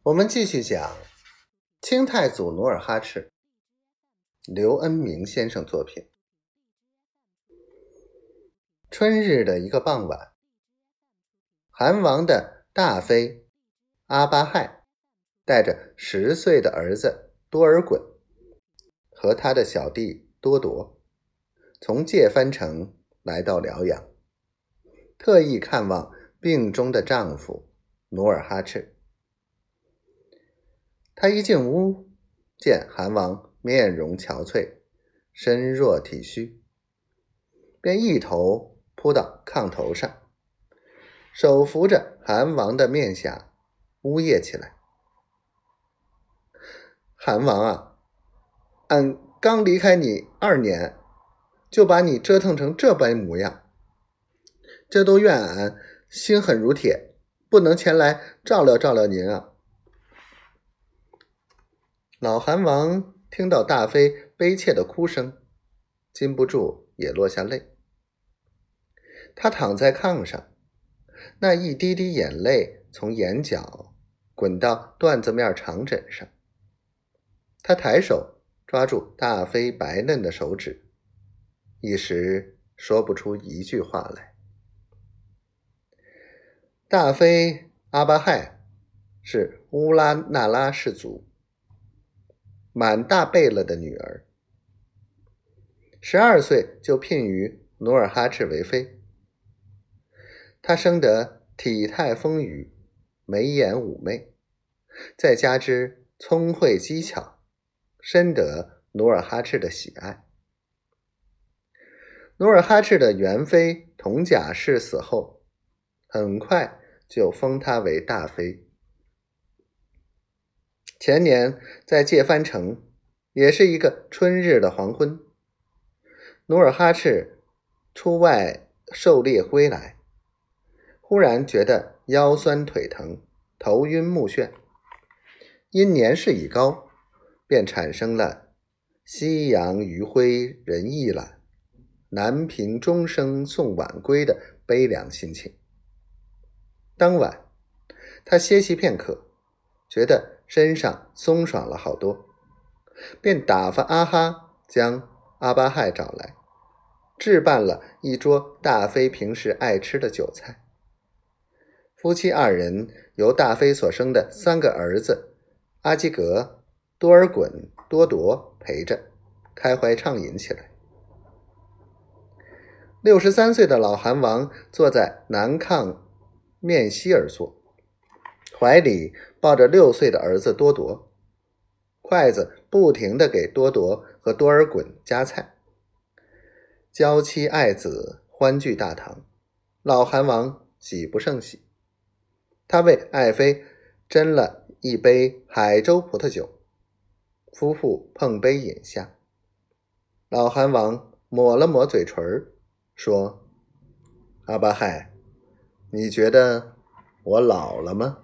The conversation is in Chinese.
我们继续讲清太祖努尔哈赤，刘恩明先生作品。春日的一个傍晚，韩王的大妃阿巴亥带着10岁的儿子多尔衮和他的小弟多铎从介藩城来到辽阳，特意看望病中的丈夫努尔哈赤。他一进屋，见韩王面容憔悴，身弱体虚，便一头扑到炕头上，手扶着韩王的面颊，呜咽起来。韩王啊，俺刚离开你2年，就把你折腾成这般模样，这都怨俺心狠如铁，不能前来照料照料您啊。老韩王听到大妃悲切的哭声，禁不住也落下泪。他躺在炕上，那一滴滴眼泪从眼角滚到缎子面长枕上。他抬手抓住大妃白嫩的手指，一时说不出一句话来。大妃阿巴亥是乌拉那拉氏族满大贝勒的女儿，12岁就聘于努尔哈赤为妃。她生得体态丰腴，眉眼妩媚，再加之聪慧机巧，深得努尔哈赤的喜爱。努尔哈赤的元妃佟贾氏死后，很快就封她为大妃。前年在介藩城，也是一个春日的黄昏，努尔哈赤出外狩猎归来，忽然觉得腰酸腿疼，头晕目眩，因年事已高，便产生了夕阳余晖人亦懒，南屏钟声送晚归的悲凉心情。当晚他歇息片刻，觉得身上松爽了好多，便打发阿哈将阿巴亥找来，置办了一桌大妃平时爱吃的酒菜。夫妻2人由大妃所生的3个儿子阿基格、多尔衮、多铎陪着，开怀畅饮起来。63岁的老韩王坐在南炕面西而坐，怀里抱着6岁的儿子多铎，筷子不停地给多铎和多尔衮夹菜。娇妻爱子欢聚大堂，老韩王喜不胜喜。他为爱妃斟了一杯海州葡萄酒，夫妇碰杯饮下。老韩王抹了抹嘴唇，说：阿巴亥，你觉得我老了吗？